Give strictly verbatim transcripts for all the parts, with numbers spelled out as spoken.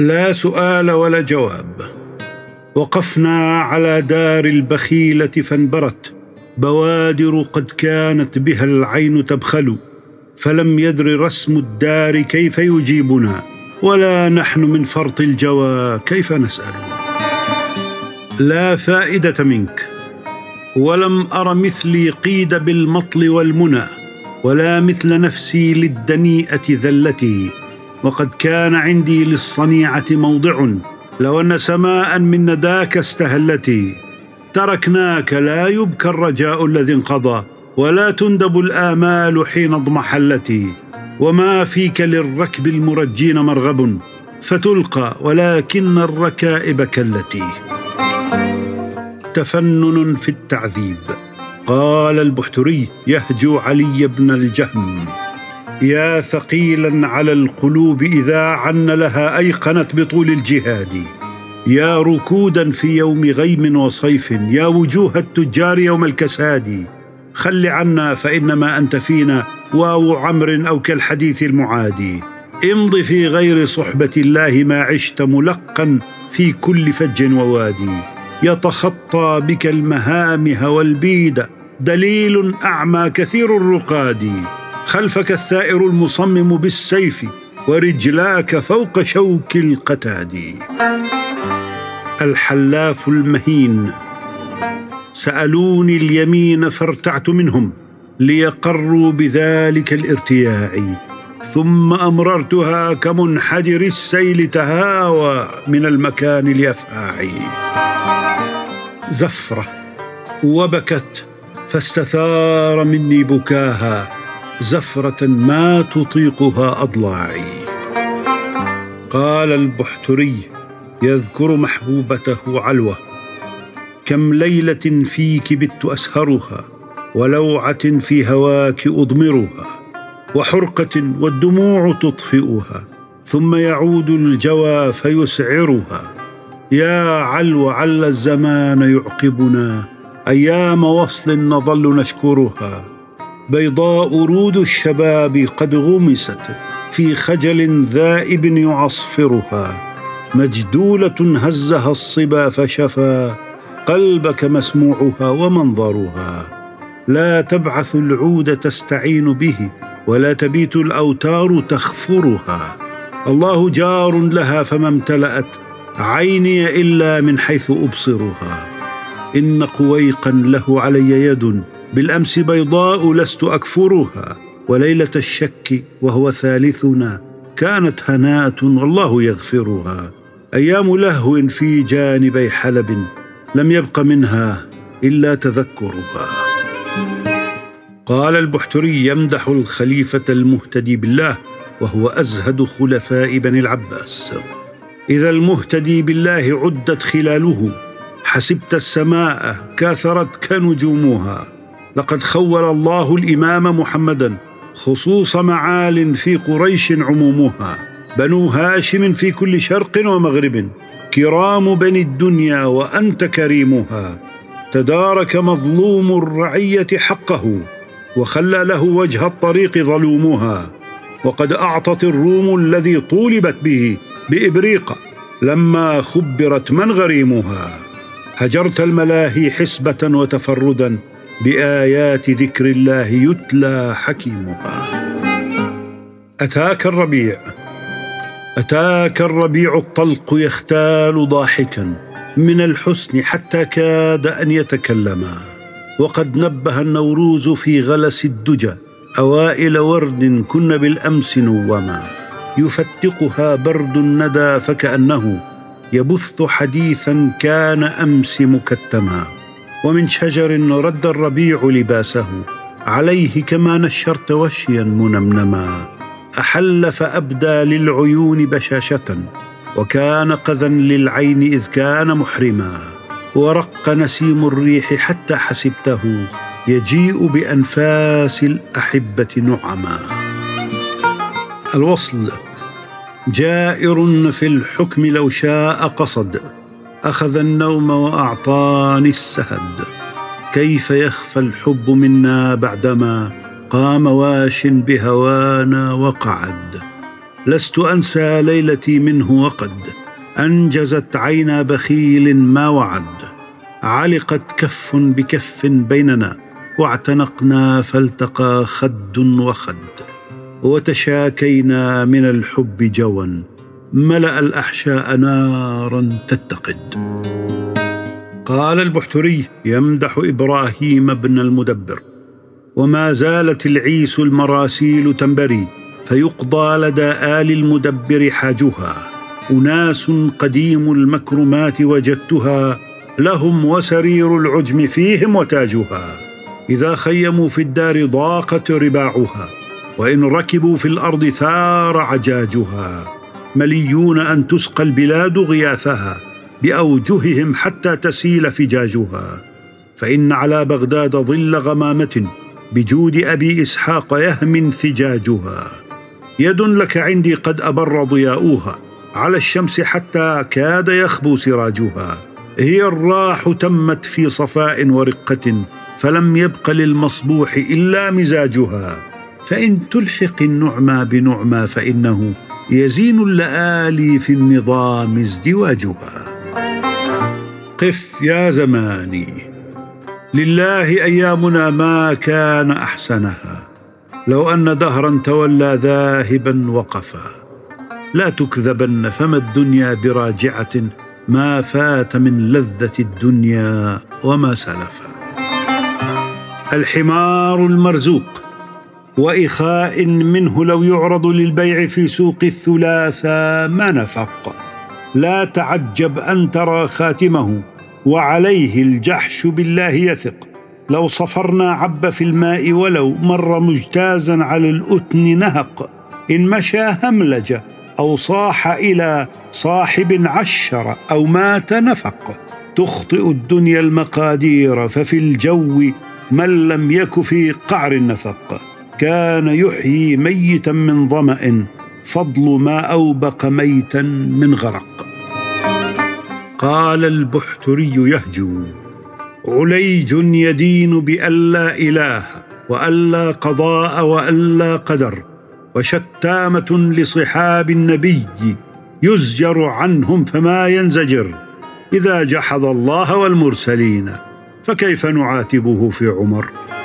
لا سؤال ولا جواب. وقفنا على دار البخيلة فانبرت بوادر قد كانت بها العين تبخل، فلم يدر رسم الدار كيف يجيبنا، ولا نحن من فرط الجوى كيف نسأل. لا فائدة منك، ولم أر مثلي قيد بالمطل والمنى، ولا مثل نفسي للدنيئة ذلتي، وقد كان عندي للصنيعة موضع، لو أن سماء من نداك استهلتي. تركناك لا يبكى الرجاء الذي انقضى، ولا تندب الآمال حين اضمحلتي، وما فيك للركب المرجين مرغب، فتلقى ولكن الركائب كالتي. تفنن في التعذيب. قال البحتري يهجو علي بن الجهم: يا ثقيلا على القلوب إذا عن لها أيقنت بطول الجهاد، يا ركودا في يوم غيم وصيف، يا وجوه التجار يوم الكساد، خل عنا فإنما أنت فينا واو عمر أو كالحديث المعادي، امض في غير صحبة الله ما عشت ملقا في كل فج ووادي، يتخطى بك المهامه والبيد، دليل أعمى كثير الرقاد، خلفك الثائر المصمم بالسيف، ورجلاك فوق شوك القتاد. الحلاف المهين. سألوني اليمين فارتعت منهم، ليقروا بذلك الارتياع، ثم أمررتها كمنحدر السيل تهاوى من المكان اليفاع. زفرة. وبكت فاستثار مني بكاها، زفرة ما تطيقها أضلاعي. قال البحتري يذكر محبوبته علوة: كم ليلة فيك بت أسهرها، ولوعة في هواك أضمرها، وحرقة والدموع تطفئها، ثم يعود الجوى فيسعرها. يا علو عل الزمان يعقبنا، أيام وصل نظل نشكرها، بيضاء رود الشباب قد غمست في خجل ذائب يعصفرها، مجدولة هزها الصبا فشفى قلبك مسموعها ومنظرها. لا تبعث العود تستعين به، ولا تبيت الأوتار تخفرها، الله جار لها فما امتلأت عيني إلا من حيث أبصرها. إن قويقا له علي يد، بالأمس بيضاء لست أكفرها، وليلة الشك وهو ثالثنا كانت هناءة والله يغفرها. أيام لهو في جانبي حلب، لم يبق منها إلا تذكرها. قال البحتري يمدح الخليفة المهتدي بالله، وهو أزهد خلفاء بني العباس: إذا المهتدي بالله عدت خلاله، حسبت السماء كاثرتك نجومها. لقد خول الله الإمام محمدا خصوص معال في قريش عمومها، بنو هاشم في كل شرق ومغرب، كرام بني الدنيا وأنت كريمها. تدارك مظلوم الرعية حقه، وخلى له وجه الطريق ظلومها، وقد أعطت الروم الذي طولبت به بإبريق لما خبرت من غريمها. هجرت الملاهي حسبة وتفردا، بآيات ذكر الله يتلى حكيمها. أتاك الربيع. أتاك الربيع الطلق يختال ضاحكا من الحسن حتى كاد أن يتكلما، وقد نبه النوروز في غلس الدجى أوائل ورد كن بالأمس نوما، يفتقها برد الندى فكأنه يبث حديثا كان أمس مكتما. ومن شجر رد الربيع لباسه، عليه كما نشرت وشيا منمنما، أحل فأبدى للعيون بشاشة، وكان قذا للعين إذ كان محرما، ورق نسيم الريح حتى حسبته يجيء بأنفاس الأحبة نعما. الوصل. جائر في الحكم لو شاء قصد، أخذ النوم وأعطاني السهد، كيف يخفى الحب منا بعدما قام واش بهوانا وقعد. لست أنسى ليلتي منه وقد أنجزت عين بخيل ما وعد. علقت كف بكف بيننا واعتنقنا فالتقى خد وخد، وتشاكينا من الحب جوا ملأ الأحشاء نارا تتقد. قال البحتري يمدح إبراهيم بن المدبر: وما زالت العيس المراسيل تنبري، فيقضى لدى آل المدبر حاجها. أناس قديم المكرمات وجدتها، لهم وسرير العجم فيهم وتاجها. إذا خيموا في الدار ضاقت رباعها، وإن ركبوا في الأرض ثار عجاجها. مليون أن تسقى البلاد غياثها، بأوجههم حتى تسيل فجاجها. فإن على بغداد ظل غمامة، بجود أبي إسحاق يهم انثجاجها. يد لك عندي قد أبر ضياؤها، على الشمس حتى كاد يخبو سراجها. هي الراح تمت في صفاء ورقة، فلم يبق للمصبوح إلا مزاجها. فإن تلحق النعمى بنعمى، فإنه يزين اللآلي في النظام ازدواجها. قف يا زماني، لله أيامنا ما كان أحسنها. لو أن دهرا تولى ذاهبا وقفا، لا تكذبن فما الدنيا براجعة، ما فات من لذة الدنيا وما سلفا. الحمار المرزوق وإخاء منه لو يعرض للبيع في سوق الثلاثة ما نفق. لا تعجب أن ترى خاتمه، وعليه الجحش بالله يثق. لو صفرنا عب في الماء، ولو مر مجتازا على الأتن نهق. إن مشى هملج أو صاح إلى صاحب عشر، أو مات نفق. تخطئ الدنيا المقادير، ففي الجو من لم يك في قعر النفق. كان يحيي ميتا من ظمأ، فضل ما أوبق ميتا من غرق. قال البحتري يهجو: عليج يدين بأن لا إله، وأن لا قضاء، وأن لا قدر. وشتامة لصحاب النبي، يزجر عنهم فما ينزجر. إذا جحظ الله والمرسلين، فكيف نعاتبه في عمر؟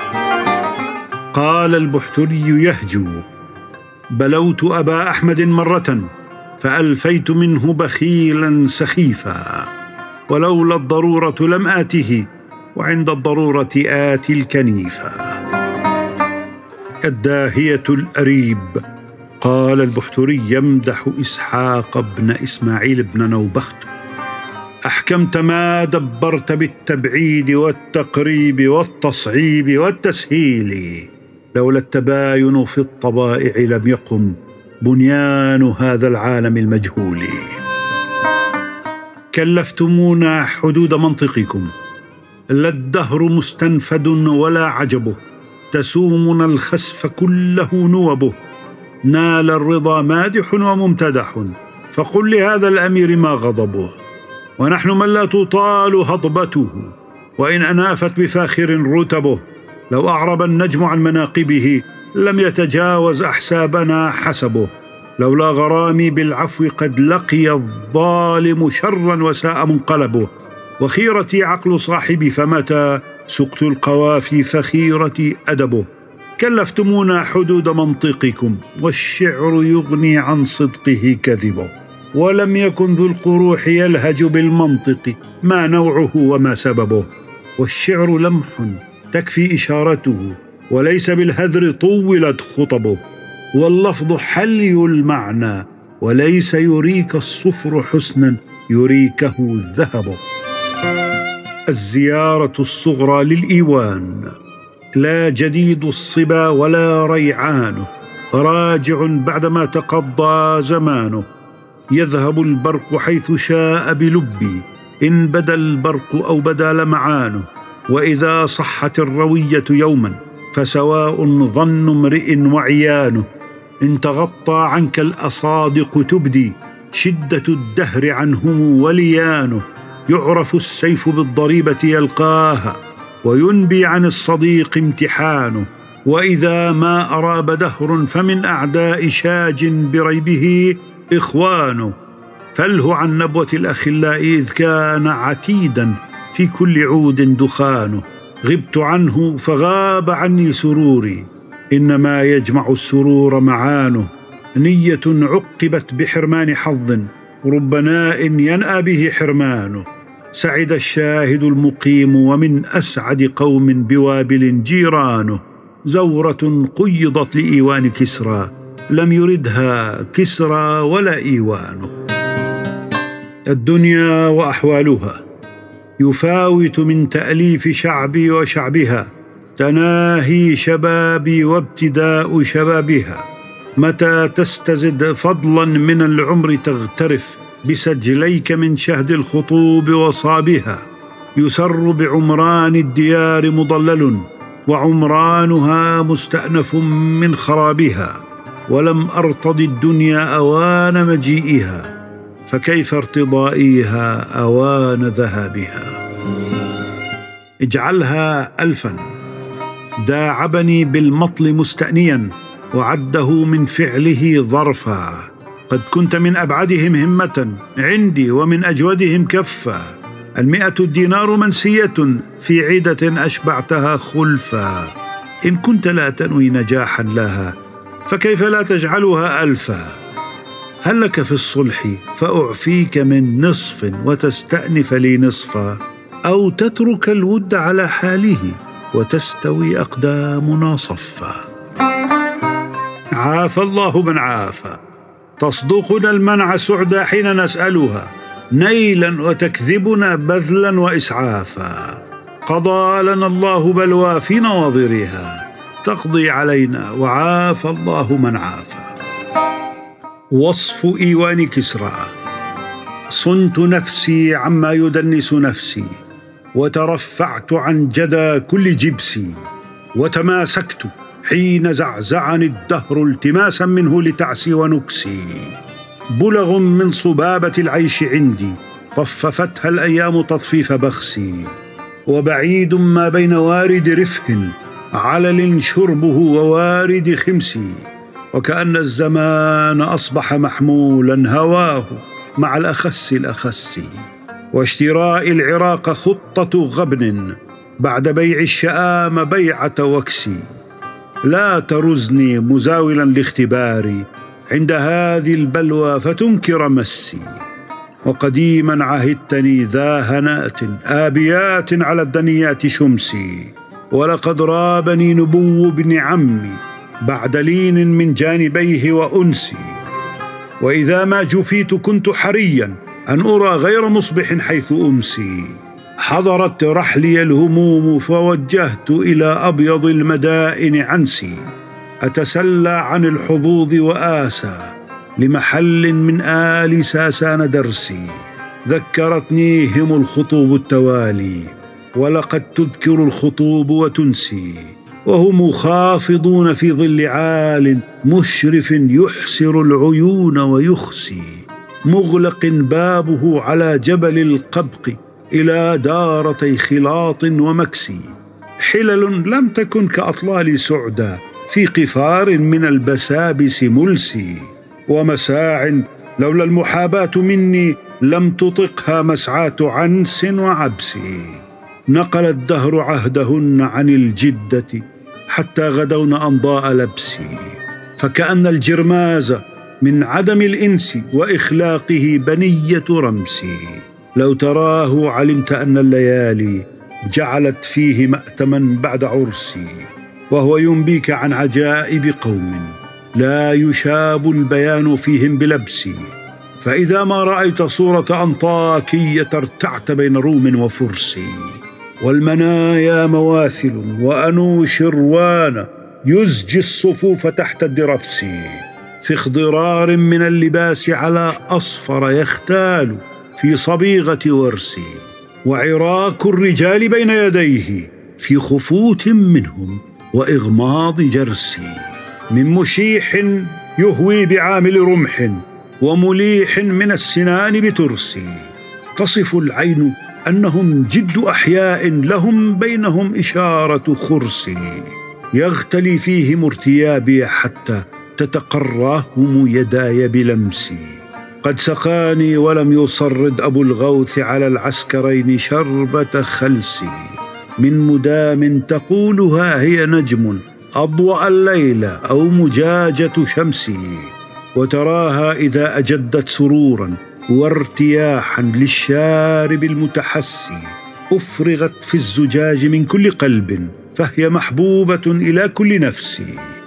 قال البحتري يهجو: بلوت أبا أحمد مرة، فألفيت منه بخيلا سخيفا. ولولا الضرورة لم آته، وعند الضرورة آتي الكنيفا. الداهية الأريب. قال البحتري يمدح إسحاق بن إسماعيل بن نوبخت: أحكمت ما دبرت بالتبعيد والتقريب والتصعيب والتسهيل. لولا التباين في الطبائع لم يقم بنيان هذا العالم المجهول. كلفتمونا حدود منطقكم، لا الدهر مستنفد ولا عجبه. تسومنا الخسف كله نوبه، نال الرضا مادح وممتدح. فقل لهذا الأمير ما غضبه، ونحن من لا تطال هضبته. وإن أنافت بفاخر رتبه، لو أعرب النجم عن مناقبه، لم يتجاوز أحسابنا حسبه. لولا غرامي بالعفو قد لقي الظالم شرا وساء منقلبه. وخيرتي عقل صاحبي، فمتى سقت القوافي فخيرتي أدبه. كلفتمونا حدود منطقكم، والشعر يغني عن صدقه كذبه. ولم يكن ذو القروح يلهج بالمنطق، ما نوعه وما سببه. والشعر لمح تكفي إشارته، وليس بالهذر طولت خطبه. واللفظ حلي المعنى، وليس يريك الصفر حسنا، يريكه الذهب. الزيارة الصغرى للإيوان، لا جديد الصبا ولا ريعانه. راجع بعدما تقضى زمانه، يذهب البرق حيث شاء بلبي. إن بدا البرق أو بدا لمعانه. وإذا صحت الروية يوما، فسواء ظن امرئ وعيانه. إن تغطى عنك الأصادق تبدي، شدة الدهر عنهم وليانه. يعرف السيف بالضريبة يلقاها، وينبي عن الصديق امتحانه. وإذا ما أراب دهر فمن أعداء شاج بريبه إخوانه. فله عن نبوة الأخلاء إذ كان عتيدا في كل عود دخانه. غبت عنه فغاب عني سروري، إنما يجمع السرور معانه. نية عقبت بحرمان حظ، رب ناء ينأى به حرمانه. سعد الشاهد المقيم ومن أسعد قوم بوابل جيرانه. زورة قيضت لإيوان كسرى، لم يردها كسرى ولا إيوانه. الدنيا وأحوالها يفاوت من تأليف شعبي وشعبها، تناهي شبابي وابتداء شبابها. متى تستزد فضلا من العمر تغترف، بسجليك من شهد الخطوب وصابها. يسر بعمران الديار مضلل، وعمرانها مستأنف من خرابها. ولم أرتض الدنيا أوان مجيئها، فكيف ارتضائيها أوان ذهابها. اجعلها ألفا، داعبني بالمطل مستأنيا، وعده من فعله ظرفا. قد كنت من أبعدهم همة عندي، ومن أجودهم كفا. المئة الدينار منسية في عدة أشبعتها خلفا. إن كنت لا تنوي نجاحا لها، فكيف لا تجعلها ألفا. هل لك في الصلح فأعفيك من نصف وتستأنف لي نصفا، أو تترك الود على حاله وتستوي أقدامنا صفا. عافى الله من عافى، تصدقنا المنع سعدا حين نسألها، نيلا وتكذبنا بذلا وإسعافا. قضى لنا الله بلوى في نواظرها، تقضي علينا وعافى الله من عافى. وصف إيوان كسرى: صنت نفسي عما يدنس نفسي، وترفعت عن جدى كل جبسي، وتماسكت حين زعزعني الدهر التماسا منه لتعسي ونكسي. بلغ من صبابة العيش عندي، طففتها الأيام تطفيف بخسي. وبعيد ما بين وارد رفه علل شربه ووارد خمسي. وكأن الزمان أصبح محمولا هواه مع الأخس الأخس. واشتراء العراق خطة غبن، بعد بيع الشآم بيعة وكسي. لا ترزني مزاولا لاختباري، عند هذه البلوى فتنكر مسي. وقديما عهدتني ذا هناء آبيات على الدنيات شمسي. ولقد رابني نبو ابن عمي، بعد لين من جانبيه وأنسي. وإذا ما جفيت كنت حريا أن أرى غير مصبح حيث أمسي. حضرت رحلي الهموم فوجهت إلى أبيض المدائن عنسي. أتسلى عن الحظوظ وآسى لمحل من آل ساسان درسي. ذكرتنيهم الخطوب التوالي، ولقد تذكر الخطوب وتنسي. وهم خافضون في ظل عال مشرف يحسر العيون ويخسي. مغلق بابه على جبل القبق إلى دارتي خلاط ومكسي. حلل لم تكن كأطلال سعدا في قفار من البسابس ملسي. ومساع لولا المحاباة مني لم تطقها مسعاة عنس وعبس. نقل الدهر عهدهن عن الجدة حتى غدون أنضاء لبسي. فكأن الجرماز من عدم الإنس وإخلاقه بنية رمسي. لو تراه علمت أن الليالي جعلت فيه مأتما بعد عرسي. وهو ينبيك عن عجائب قوم لا يشاب البيان فيهم بلبسي. فإذا ما رأيت صورة أنطاكية ارتعت بين روم وفرس. والمنايا مواثل وأنوشروان يزجي الصفوف تحت الدرفس. في اخضرار من اللباس على أصفر يختال في صبيغة ورس. وعراك الرجال بين يديه في خفوت منهم وإغماض جرس. من مشيح يهوي بعامل رمح ومليح من السنان بترس. تصف العين أنهم جد أحياء لهم بينهم إشارة خرس. يغتلي فيهم ارتيابي حتى تتقراهم يداي بلمسي. قد سقاني ولم يصرد أبو الغوث على العسكرين شربة خلسي، من مدام تقولها هي نجم أضوأ الليل أو مجاجة شمسي، وتراها إذا أجدت سرورا وارتياحا للشارب المتحسي أفرغت في الزجاج من كل قلب، فهي محبوبة إلى كل نفس.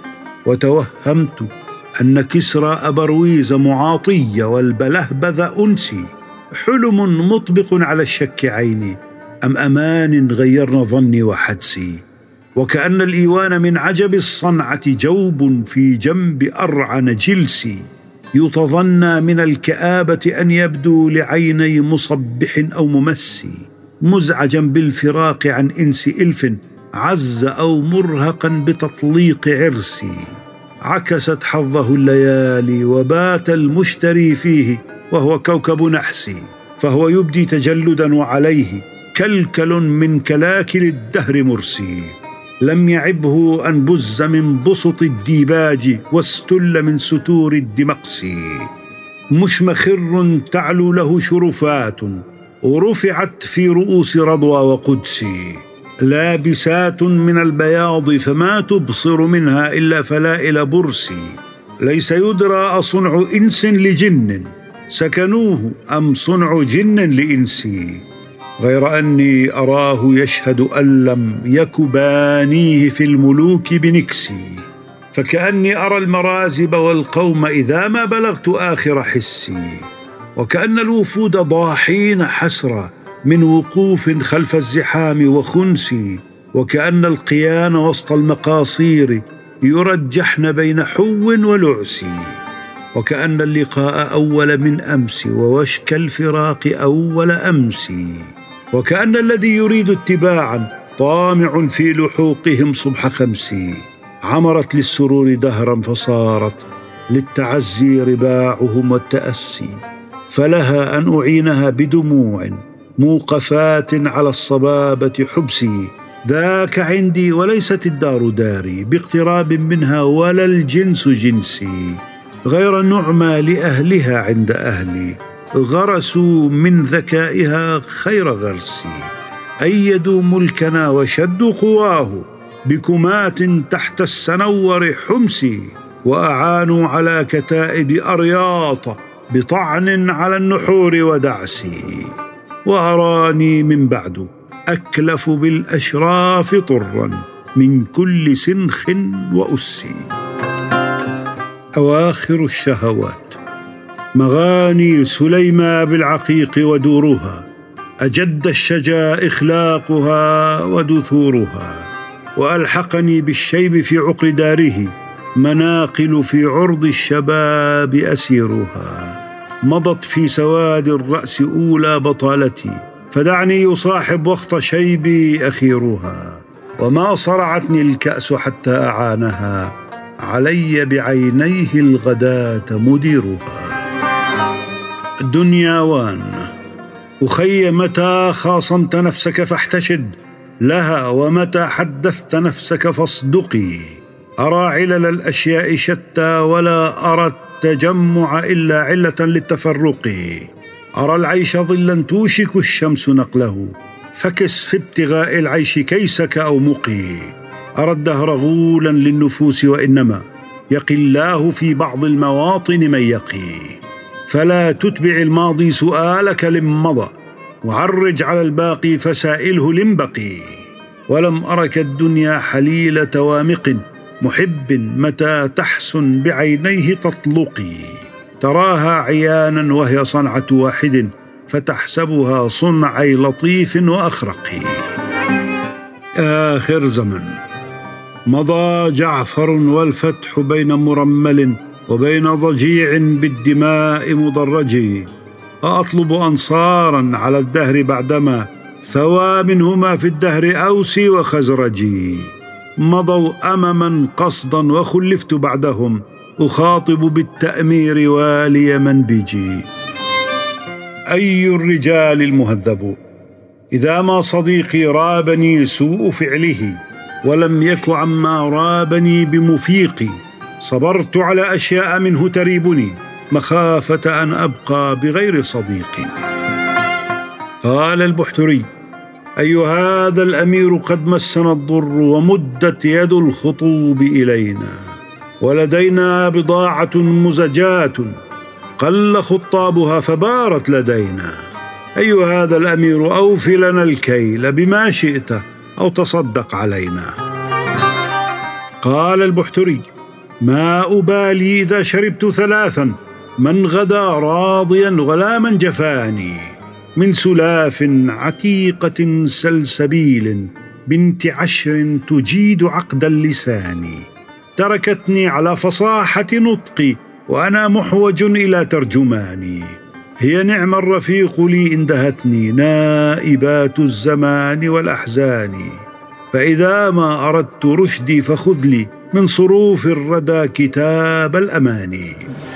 وتوهمت أن كسرى أبرويز معاطي والبلهبذ أنسي، حلم مطبق على الشك عيني أم أمان غيرن ظني وحدسي. وكأن الإيوان من عجب الصنعة جوب في جنب أرعن جلسي، يتظنى من الكآبة أن يبدو لعيني مصبح أو ممسي، مزعجا بالفراق عن إنس إلف عز أو مرهقا بتطليق عرسي. عكست حظه الليالي وبات المشتري فيه وهو كوكب نحسي، فهو يبدي تجلدا وعليه كلكل من كلاكل الدهر مرسي. لم يعبه أن بز من بسط الديباج واستل من ستور الدمقسي، مشمخر تعلو له شرفات ورفعت في رؤوس رضوى وقدسي، لابسات من البياض فما تبصر منها إلا فلائل برسي. ليس يدرى أصنع إنس لجن سكنوه أم صنع جن لإنسي، غير أني أراه يشهد أن لم يك بانيه في الملوك بنكسي. فكأني أرى المرازب والقوم إذا ما بلغت آخر حسي، وكأن الوفود ضاحين حسرة من وقوف خلف الزحام وخنسي، وكأن القيان وسط المقاصير يرجحن بين حو ولعسي، وكأن اللقاء أول من أمس ووشك الفراق أول أمس، وكأن الذي يريد اتباعا طامع في لحوقهم صبح خمس. عمرت للسرور دهرا فصارت للتعزي رباعهم والتأسي، فلها أن أعينها بدموع موقفات على الصبابة حبسي. ذاك عندي وليست الدار داري باقتراب منها ولا الجنس جنسي، غير نعمى لأهلها عند أهلي غرسوا من ذكائها خير غرسي. أيدوا ملكنا وشدوا قواه بكمات تحت السنور حمسي، وأعانوا على كتائب أرياط بطعن على النحور ودعسي. وأراني من بعد أكلف بالأشراف طرا من كل سنخ وأسي. أواخر الشهوات مغاني سليمى بالعقيق ودورها، أجد الشجا إخلاقها ودثورها، وألحقني بالشيب في عقر داره مناقل في عرض الشباب أسيرها. مضت في سواد الرأس أولى بطالتي، فدعني يصاحب وقت شيبي أخيرها، وما صرعتني الكأس حتى أعانها علي بعينيه الغداة مديرها. دنياوان أخي، متى خاصمت نفسك فاحتشد لها، ومتى حدثت نفسك فاصدقي. أرى علل الأشياء شتى ولا أرى التجمع إلا علة للتفرق. أرى العيش ظلا توشك الشمس نقله، فكس في ابتغاء العيش كيسك أو مقي. أرى الدهر غولا للنفوس، وإنما يقي الله في بعض المواطن من يقي. فلا تتبع الماضي سؤالك لم مضى، وعرج على الباقي فسائله لم بقي. ولم أرك الدنيا حليل توامق محب، متى تحسن بعينيه تطلقي. تراها عيانا وهي صنعة واحد، فتحسبها صنعي لطيف وأخرق. آخر زمن مضى جعفر والفتح بين مرمل وبين ضجيع بالدماء مضرج. أطلب أنصارا على الدهر بعدما ثوى منهما في الدهر أوسي وخزرجي. مضوا أمما قصدا وخلفت بعدهم، أخاطب بالتأمير والي منبجي. أي الرجال المهذب إذا ما صديقي رابني سوء فعله، ولم يك عما رابني بمفيقي. صبرت على أشياء منه تريبني مخافة أن أبقى بغير صديق. قال البحتري: أي هذا الأمير قد مسنا الضر ومدت يد الخطوب إلينا، ولدينا بضاعة مزجات قل خطابها فبارت لدينا. أي هذا الأمير أوف لنا الكيل بما شئت أو تصدق علينا. قال البحتري: ما أبالي إذا شربت ثلاثا، من غدا راضيا ولا من جفاني، من سلاف عتيقة سلسبيل بنت عشر تجيد عقد اللسان، تركتني على فصاحة نطقي وأنا محوج إلى ترجماني. هي نعم الرفيق لي اندهتني نائبات الزمان والأحزان، فإذا ما أردت رشدي فخذ لي من صروف الردى كتاب الأماني.